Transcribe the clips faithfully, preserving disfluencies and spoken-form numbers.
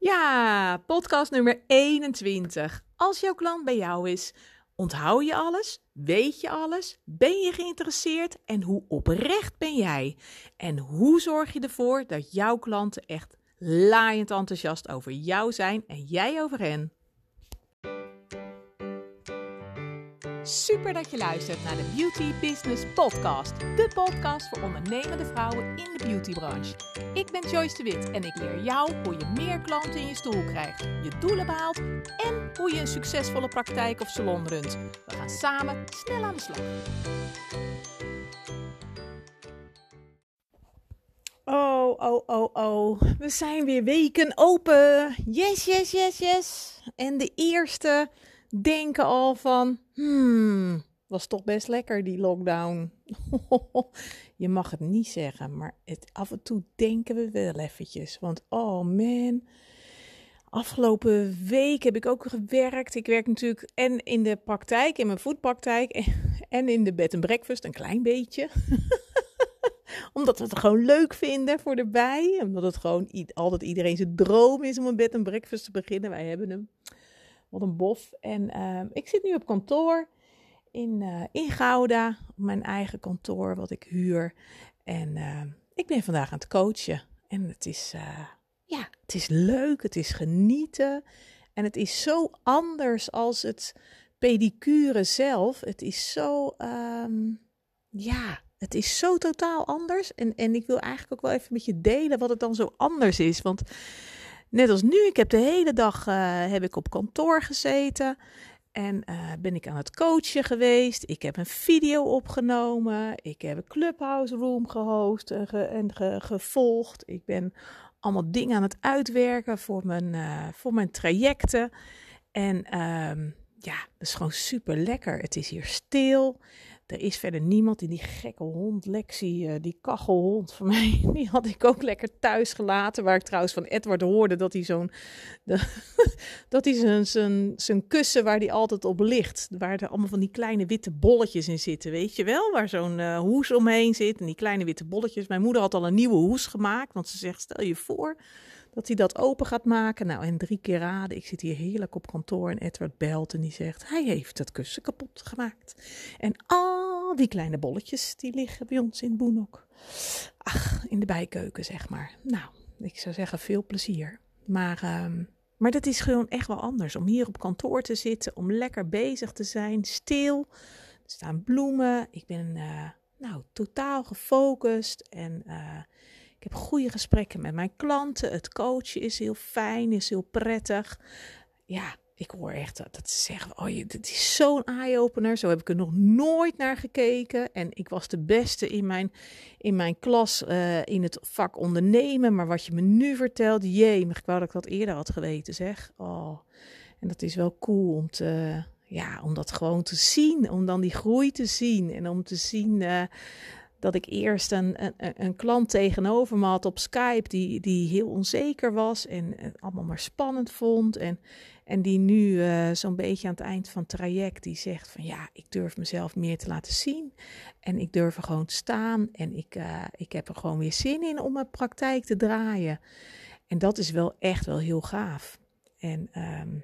Ja, podcast nummer eenentwintig. Als jouw klant bij jou is, onthoud je alles? Weet je alles? Ben je geïnteresseerd? En hoe oprecht ben jij? En hoe zorg je ervoor dat jouw klanten echt laaiend enthousiast over jou zijn en jij over hen? Super dat je luistert naar de Beauty Business Podcast. De podcast voor ondernemende vrouwen in de beautybranche. Ik ben Joyce de Wit en ik leer jou hoe je meer klanten in je stoel krijgt, je doelen behaalt en hoe je een succesvolle praktijk of salon runt. We gaan samen snel aan de slag. Oh, oh, oh, oh. We zijn weer weken open. Yes, yes, yes, yes. En de eerste denken al van, hmm, was toch best lekker die lockdown. Je mag het niet zeggen, maar het, af en toe denken we wel eventjes. Want oh man, afgelopen week heb ik ook gewerkt. Ik werk natuurlijk en in de praktijk, in mijn voetpraktijk en in de bed and breakfast een klein beetje. Omdat we het gewoon leuk vinden voor erbij. Omdat het gewoon i- altijd iedereen zijn droom is om een bed and breakfast te beginnen. Wij hebben hem. Wat een bof. En uh, ik zit nu op kantoor in, uh, in Gouda. Op mijn eigen kantoor wat ik huur. En uh, ik ben vandaag aan het coachen. En het is, uh, ja, het is leuk. Het is genieten. En het is zo anders als het pedicure zelf. Het is zo, um, ja, het is zo totaal anders. En, en ik wil eigenlijk ook wel even met je delen wat het dan zo anders is. Want net als nu, ik heb de hele dag uh, heb ik op kantoor gezeten en uh, ben ik aan het coachen geweest. Ik heb een video opgenomen. Ik heb een Clubhouse Room gehost en, ge, en ge, gevolgd. Ik ben allemaal dingen aan het uitwerken voor mijn, uh, voor mijn trajecten. En um, ja, dat is gewoon super lekker. Het is hier stil. Er is verder niemand in die gekke hond, Lexi, uh, die kachelhond van mij, die had ik ook lekker thuis gelaten. Waar ik trouwens van Edward hoorde dat hij zo'n, de, dat hij zijn, zijn, zijn kussen waar hij altijd op ligt, waar er allemaal van die kleine witte bolletjes in zitten, weet je wel? Waar zo'n uh, hoes omheen zit en die kleine witte bolletjes. Mijn moeder had al een nieuwe hoes gemaakt, want ze zegt, stel je voor dat hij dat open gaat maken. Nou, en drie keer raden. Ik zit hier heerlijk op kantoor en Edward belt en die zegt, hij heeft het kussen kapot gemaakt. En al die kleine bolletjes, die liggen bij ons in Boenok. Ach, in de bijkeuken, zeg maar. Nou, ik zou zeggen, veel plezier. Maar, um, maar dat is gewoon echt wel anders. Om hier op kantoor te zitten, om lekker bezig te zijn, stil. Er staan bloemen. Ik ben, uh, nou, totaal gefocust en Uh, ik heb goede gesprekken met mijn klanten. Het coachen is heel fijn, is heel prettig. Ja, ik hoor echt dat, dat ze zeggen, oh, dit is zo'n eye-opener. Zo heb ik er nog nooit naar gekeken. En ik was de beste in mijn, in mijn klas uh, in het vak ondernemen. Maar wat je me nu vertelt, jee, maar ik wou dat ik dat eerder had geweten, zeg. Oh, en dat is wel cool om te, ja, om dat gewoon te zien. Om dan die groei te zien en om te zien Uh, dat ik eerst een, een, een klant tegenover me had op Skype die, die heel onzeker was en het allemaal maar spannend vond. En, en die nu uh, zo'n beetje aan het eind van het traject die zegt van ja, ik durf mezelf meer te laten zien. En ik durf er gewoon te staan en ik, uh, ik heb er gewoon weer zin in om mijn praktijk te draaien. En dat is wel echt wel heel gaaf. En Um,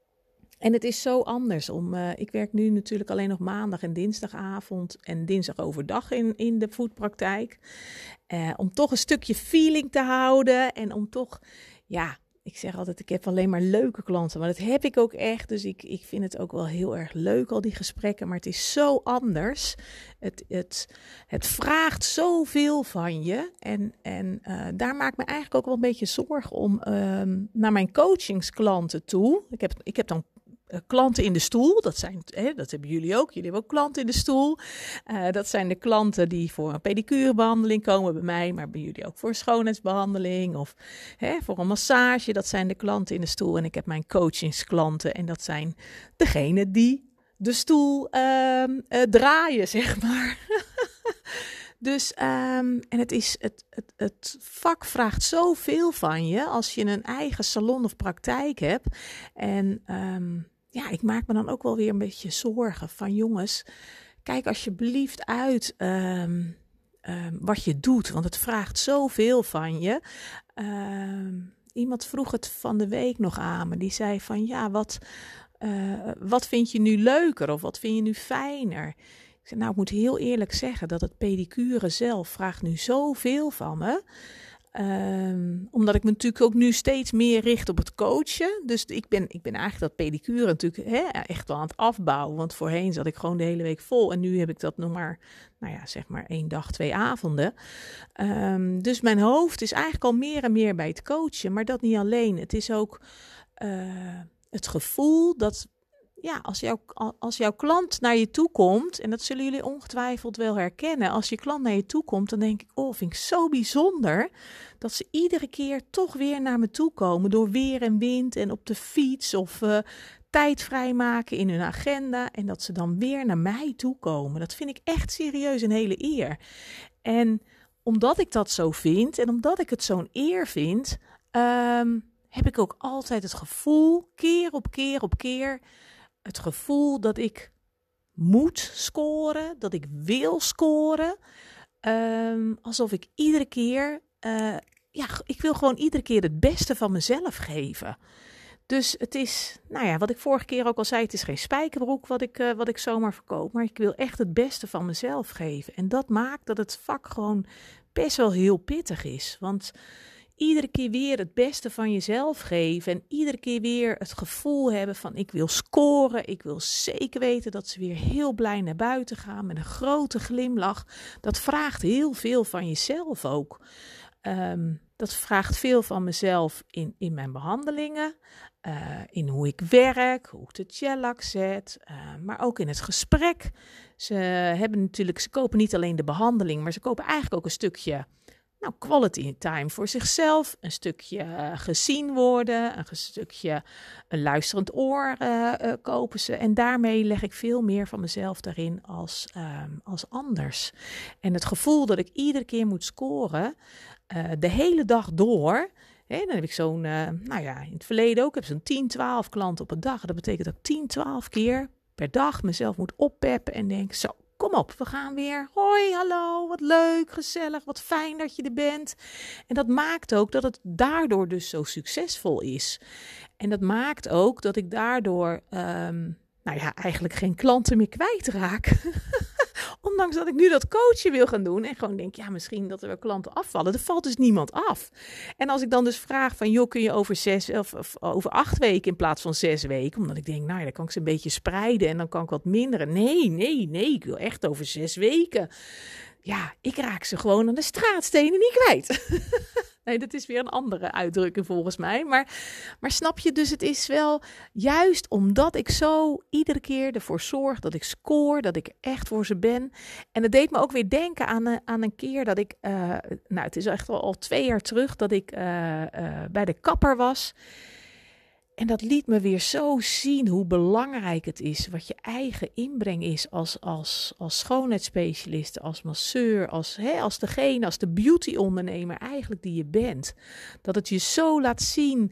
En het is zo anders. Om, uh, ik werk nu natuurlijk alleen nog maandag en dinsdagavond en dinsdag overdag in, in de voetpraktijk. Uh, om toch een stukje feeling te houden en om toch, ja, ik zeg altijd, ik heb alleen maar leuke klanten. Maar dat heb ik ook echt, dus ik, ik vind het ook wel heel erg leuk, al die gesprekken. Maar het is zo anders. Het, het, het vraagt zoveel van je. En, en uh, daar maak ik me eigenlijk ook wel een beetje zorgen om uh, naar mijn coachingsklanten toe. Ik heb, ik heb dan klanten in de stoel, dat zijn, hè, dat hebben jullie ook. Jullie hebben ook klanten in de stoel. Uh, dat zijn de klanten die voor een pedicurebehandeling komen bij mij, maar bij jullie ook voor een schoonheidsbehandeling of hè, voor een massage. Dat zijn de klanten in de stoel. En ik heb mijn coachingsklanten en dat zijn degenen die de stoel uh, uh, draaien, zeg maar. Dus, um, en het, is, het, het, het vak vraagt zoveel van je als je een eigen salon of praktijk hebt. En um, ja, ik maak me dan ook wel weer een beetje zorgen van jongens, kijk alsjeblieft uit um, um, wat je doet. Want het vraagt zoveel van je. Um, iemand vroeg het van de week nog aan me. Die zei van, ja, wat, uh, wat vind je nu leuker of wat vind je nu fijner? Ik zei, nou, ik moet heel eerlijk zeggen dat het pedicure zelf vraagt nu zoveel van me. Um, omdat ik me natuurlijk ook nu steeds meer richt op het coachen. Dus ik ben, ik ben eigenlijk dat pedicure natuurlijk hè, echt wel aan het afbouwen. Want voorheen zat ik gewoon de hele week vol. En nu heb ik dat nog maar, nou ja, zeg maar één dag, twee avonden. Um, dus mijn hoofd is eigenlijk al meer en meer bij het coachen. Maar dat niet alleen. Het is ook uh, het gevoel dat... Ja, als, jou, als jouw klant naar je toe komt, en dat zullen jullie ongetwijfeld wel herkennen. Als je klant naar je toe komt, dan denk ik, oh, vind ik zo bijzonder dat ze iedere keer toch weer naar me toe komen. Door weer en wind en op de fiets of uh, tijd vrijmaken in hun agenda. En dat ze dan weer naar mij toe komen. Dat vind ik echt serieus een hele eer. En omdat ik dat zo vind en omdat ik het zo'n eer vind, um, heb ik ook altijd het gevoel, keer op keer op keer... Het gevoel dat ik moet scoren, dat ik wil scoren. Um, alsof ik iedere keer, uh, ja, ik wil gewoon iedere keer het beste van mezelf geven. Dus het is, nou ja, wat ik vorige keer ook al zei, het is geen spijkerbroek wat ik, uh, wat ik zomaar verkoop. Maar ik wil echt het beste van mezelf geven. En dat maakt dat het vak gewoon best wel heel pittig is. Want... Iedere keer weer het beste van jezelf geven en iedere keer weer het gevoel hebben van ik wil scoren. Ik wil zeker weten dat ze weer heel blij naar buiten gaan met een grote glimlach. Dat vraagt heel veel van jezelf ook. Um, dat vraagt veel van mezelf in, in mijn behandelingen, uh, in hoe ik werk, hoe ik de gel-lak zet, uh, maar ook in het gesprek. Ze hebben natuurlijk, ze kopen niet alleen de behandeling, maar ze kopen eigenlijk ook een stukje... Nou, quality time voor zichzelf, een stukje uh, gezien worden, een stukje een luisterend oor uh, uh, kopen ze. En daarmee leg ik veel meer van mezelf daarin als, um, als anders. En het gevoel dat ik iedere keer moet scoren, uh, de hele dag door. Hè, dan heb ik zo'n, uh, nou ja, in het verleden ook, heb ik zo'n tien, twaalf klanten op een dag. Dat betekent dat ik tien, twaalf keer per dag mezelf moet oppeppen en denk, zo. Kom op, we gaan weer. Hoi, hallo, wat leuk, gezellig, wat fijn dat je er bent. En dat maakt ook dat het daardoor dus zo succesvol is. En dat maakt ook dat ik daardoor, um, nou ja, eigenlijk geen klanten meer kwijtraak. Ondanks dat ik nu dat coachen wil gaan doen en gewoon denk, ja, misschien dat er wel klanten afvallen. Er valt dus niemand af. En als ik dan dus vraag van, joh, kun je over zes of, of over acht weken in plaats van zes weken? Omdat ik denk, nou ja, dan kan ik ze een beetje spreiden en dan kan ik wat minderen. Nee, nee, nee, ik wil echt over zes weken. Ja, ik raak ze gewoon aan de straatstenen niet kwijt. Nee, dat is weer een andere uitdrukking volgens mij. Maar, maar snap je, dus het is wel juist omdat ik zo iedere keer ervoor zorg dat ik score, dat ik er echt voor ze ben. En het deed me ook weer denken aan, een, aan een keer dat ik, uh, nou het is echt al, al twee jaar terug, dat ik uh, uh, bij de kapper was. En dat liet me weer zo zien hoe belangrijk het is, wat je eigen inbreng is als, als, als schoonheidsspecialist, als masseur, als, hè, als degene, als de beauty-ondernemer eigenlijk die je bent. Dat het je zo laat zien,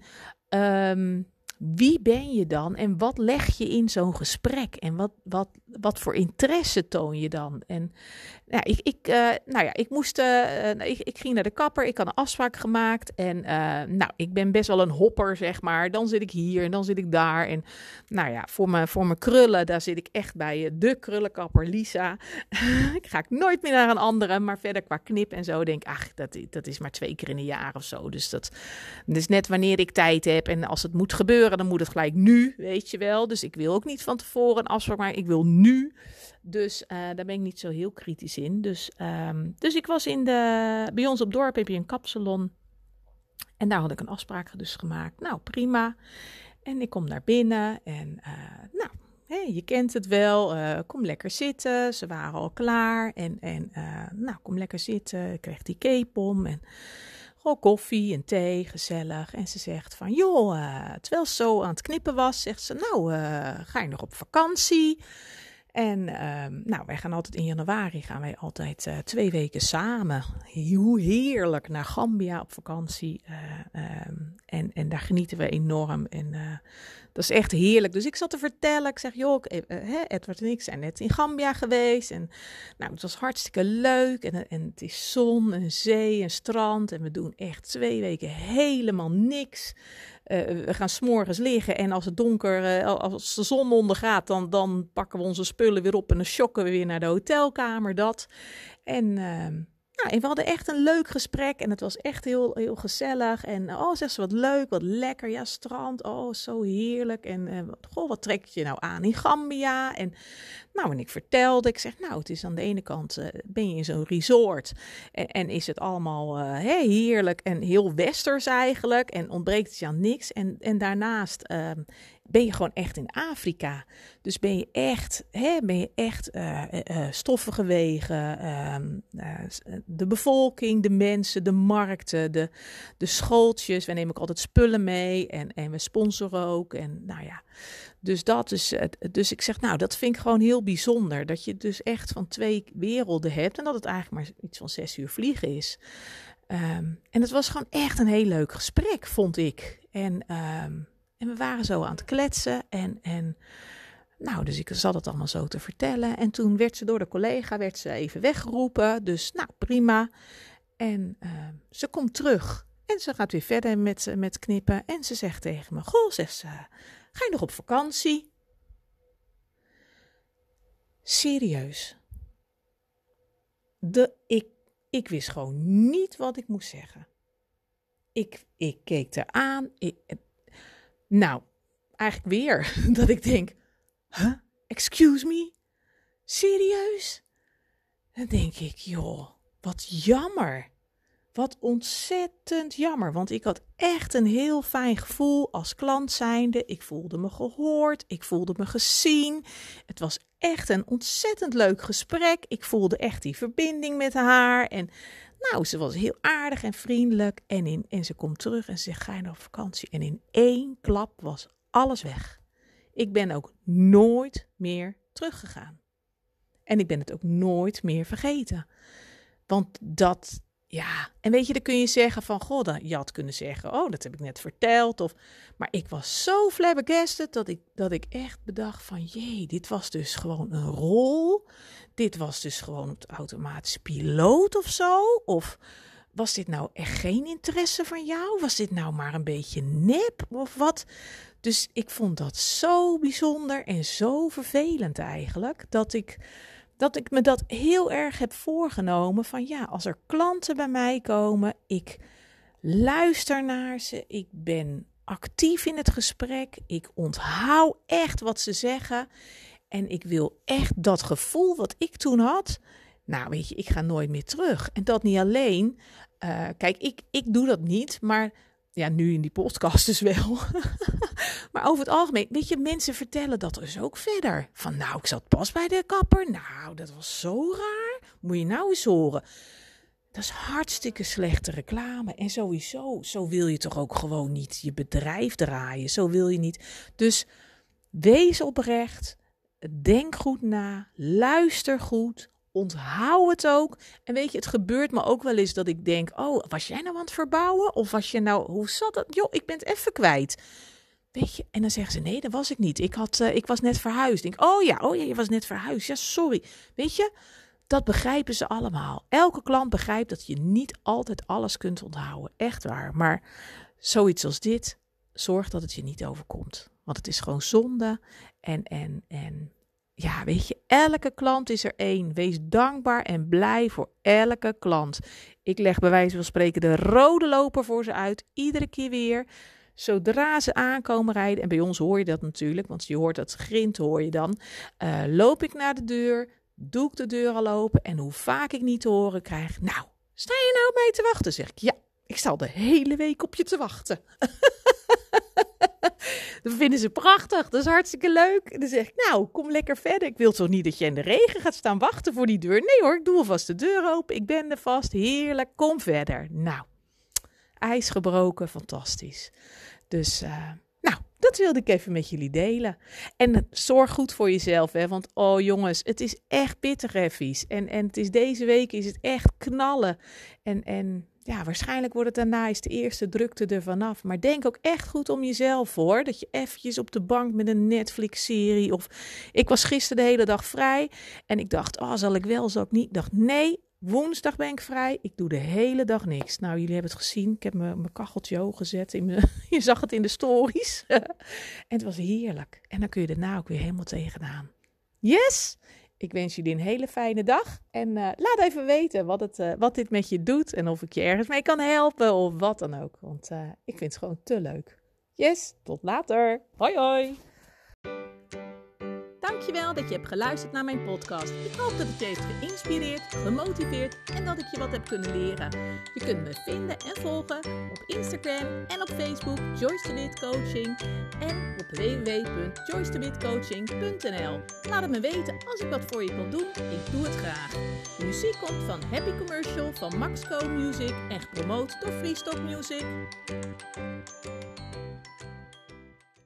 um, wie ben je dan en wat leg je in zo'n gesprek en wat, wat, wat voor interesse toon je dan? En ja, ik, ik, uh, nou ja, ik moest, uh, ik, ik ging naar de kapper, ik had een afspraak gemaakt en uh, nou, ik ben best wel een hopper, zeg maar. Dan zit ik hier en dan zit ik daar en nou ja, voor mijn, voor mijn krullen, daar zit ik echt bij de krullenkapper Lisa. Ik ga ik nooit meer naar een andere, maar verder qua knip en zo denk ik, ach, dat, dat is maar twee keer in een jaar of zo. Dus dat, dat is net wanneer ik tijd heb en als het moet gebeuren, dan moet het gelijk nu, weet je wel. Dus ik wil ook niet van tevoren een afspraak maken, ik wil nu. Dus uh, daar ben ik niet zo heel kritisch in. Dus, um, dus ik was in de... Bij ons op dorp heb je een kapsalon. En daar had ik een afspraak dus gemaakt. Nou, prima. En ik kom naar binnen. En uh, nou, hey, je kent het wel. Uh, kom lekker zitten. Ze waren al klaar. En, en uh, nou, kom lekker zitten. Ik kreeg die keepom en... Gewoon koffie en thee, gezellig. En ze zegt van, joh, uh, terwijl ze zo aan het knippen was, zegt ze, nou, uh, ga je nog op vakantie? En um, nou, wij gaan altijd in januari, gaan wij altijd uh, twee weken samen. Hoe heerlijk naar Gambia op vakantie. Uh, um, en, en daar genieten we enorm. En uh, dat is echt heerlijk. Dus ik zat te vertellen, ik zeg, joh, uh, uh, Edward en ik zijn net in Gambia geweest. En nou, het was hartstikke leuk. En, en het is zon en zee en strand. En we doen echt twee weken helemaal niks. Uh, we gaan 's morgens liggen en als het donker, uh, als de zon ondergaat, dan, dan pakken we onze spullen weer op en dan shocken we weer naar de hotelkamer, dat. En, uh, nou, en we hadden echt een leuk gesprek en het was echt heel, heel gezellig. En oh, zegt ze, wat leuk, wat lekker, ja, strand, oh, zo heerlijk. En uh, goh, wat trek je nou aan in Gambia? En nou, en ik vertelde, ik zeg, nou, het is aan de ene kant, uh, ben je in zo'n resort en, en is het allemaal uh, hey, heerlijk en heel westers eigenlijk en ontbreekt het je aan niks. En, en daarnaast uh, ben je gewoon echt in Afrika. Dus ben je echt, hè, ben je echt uh, uh, stoffige wegen, uh, uh, de bevolking, de mensen, de markten, de, de schooltjes. Wij nemen ook altijd spullen mee en, en we sponsoren ook. En nou ja, dus dat is, dus ik zeg, nou, dat vind ik gewoon heel bijzonder. Dat je dus echt van twee werelden hebt en dat het eigenlijk maar iets van zes uur vliegen is. Um, en het was gewoon echt een heel leuk gesprek, vond ik. En, um, en we waren zo aan het kletsen en, en nou, dus ik zat het allemaal zo te vertellen. En toen werd ze door de collega, werd ze even weggeroepen. Dus nou, prima. En uh, ze komt terug en ze gaat weer verder met, met knippen. En ze zegt tegen me, goh, zegt ze, ga je nog op vakantie? Serieus. De, ik, ik wist gewoon niet wat ik moest zeggen. Ik, ik keek er aan. Ik, nou, eigenlijk weer dat ik denk, huh? Excuse me? Serieus? Dan denk ik, joh, wat jammer. Wat ontzettend jammer, want ik had echt een heel fijn gevoel als klant zijnde. Ik voelde me gehoord, ik voelde me gezien. Het was echt een ontzettend leuk gesprek. Ik voelde echt die verbinding met haar. En nou, ze was heel aardig en vriendelijk. En, in, en ze komt terug en ze zegt, ga je nog op vakantie? En in één klap was alles weg. Ik ben ook nooit meer teruggegaan. En ik ben het ook nooit meer vergeten. Want dat... Ja, en weet je, dan kun je zeggen van, goh, dan, je had kunnen zeggen, oh, dat heb ik net verteld. Of, maar ik was zo flabbergasted dat ik, dat ik echt bedacht van, jee, dit was dus gewoon een rol. Dit was dus gewoon het automatische piloot of zo. Of was dit nou echt geen interesse van jou? Was dit nou maar een beetje nep of wat? Dus ik vond dat zo bijzonder en zo vervelend eigenlijk, dat ik... Dat ik me dat heel erg heb voorgenomen van ja, als er klanten bij mij komen, ik luister naar ze, ik ben actief in het gesprek, ik onthoud echt wat ze zeggen en ik wil echt dat gevoel wat ik toen had, nou weet je, ik ga nooit meer terug. En dat niet alleen, uh, kijk, ik, ik doe dat niet, maar ja, nu in die podcast dus wel. Maar over het algemeen, weet je, mensen vertellen dat dus ook verder. Van nou, ik zat pas bij de kapper. Nou, dat was zo raar. Moet je nou eens horen. Dat is hartstikke slechte reclame. En sowieso, zo wil je toch ook gewoon niet je bedrijf draaien. Zo wil je niet. Dus wees oprecht. Denk goed na. Luister goed. Onthoud het ook. En weet je, het gebeurt me ook wel eens dat ik denk, oh, was jij nou aan het verbouwen? Of was je nou, hoe zat dat? Joh, ik ben het even kwijt. Weet je, en dan zeggen ze, nee, dat was ik niet. Ik, had, uh, ik was net verhuisd. Ik denk, oh ja, oh ja, je was net verhuisd. Ja, sorry. Weet je, dat begrijpen ze allemaal. Elke klant begrijpt dat je niet altijd alles kunt onthouden. Echt waar. Maar zoiets als dit, zorg dat het je niet overkomt. Want het is gewoon zonde. En, en, en ja, weet je, elke klant is er één. Wees dankbaar en blij voor elke klant. Ik leg bij wijze van spreken de rode loper voor ze uit. Iedere keer weer. Zodra ze aankomen rijden, en bij ons hoor je dat natuurlijk, want je hoort dat grind hoor je dan, uh, loop ik naar de deur, doe ik de deur al open en hoe vaak ik niet te horen krijg, nou, sta je nou op mij te wachten? Zeg ik, ja, ik sta de hele week op je te wachten. Dat vinden ze prachtig, dat is hartstikke leuk. En dan zeg ik, nou, kom lekker verder. Ik wil toch niet dat je in de regen gaat staan wachten voor die deur? Nee hoor, ik doe alvast de deur open, ik ben er vast, heerlijk, kom verder. Nou, ijs gebroken, fantastisch. Dus, uh, nou, dat wilde ik even met jullie delen. En zorg goed voor jezelf, hè, want oh jongens, het is echt pittig effies. En, en het is deze week is het echt knallen. En, en ja, waarschijnlijk wordt het daarna eens de eerste drukte er vanaf. Maar denk ook echt goed om jezelf, hoor. Dat je eventjes op de bank met een Netflix-serie of... Ik was gisteren de hele dag vrij en ik dacht, oh, zal ik wel, zal ik niet? Ik dacht, nee, woensdag ben ik vrij. Ik doe de hele dag niks. Nou, jullie hebben het gezien. Ik heb mijn, mijn kacheltje hoog gezet. In mijn, je zag het in de stories. En het was heerlijk. En dan kun je daarna ook weer helemaal tegenaan. Yes! Ik wens jullie een hele fijne dag. En uh, laat even weten wat, het, uh, wat dit met je doet. En of ik je ergens mee kan helpen of wat dan ook. Want uh, ik vind het gewoon te leuk. Yes, tot later. Hoi hoi. Dankjewel dat je hebt geluisterd naar mijn podcast. Ik hoop dat het je heeft geïnspireerd, gemotiveerd en dat ik je wat heb kunnen leren. Je kunt me vinden en volgen op Instagram en op Facebook Joyce de Wit Coaching en op w w w punt joyce de wit coaching punt n l. Laat het me weten als ik wat voor je kan doen. Ik doe het graag. De muziek komt van Happy Commercial van Maxco Music en gepromoot door Freestock Music.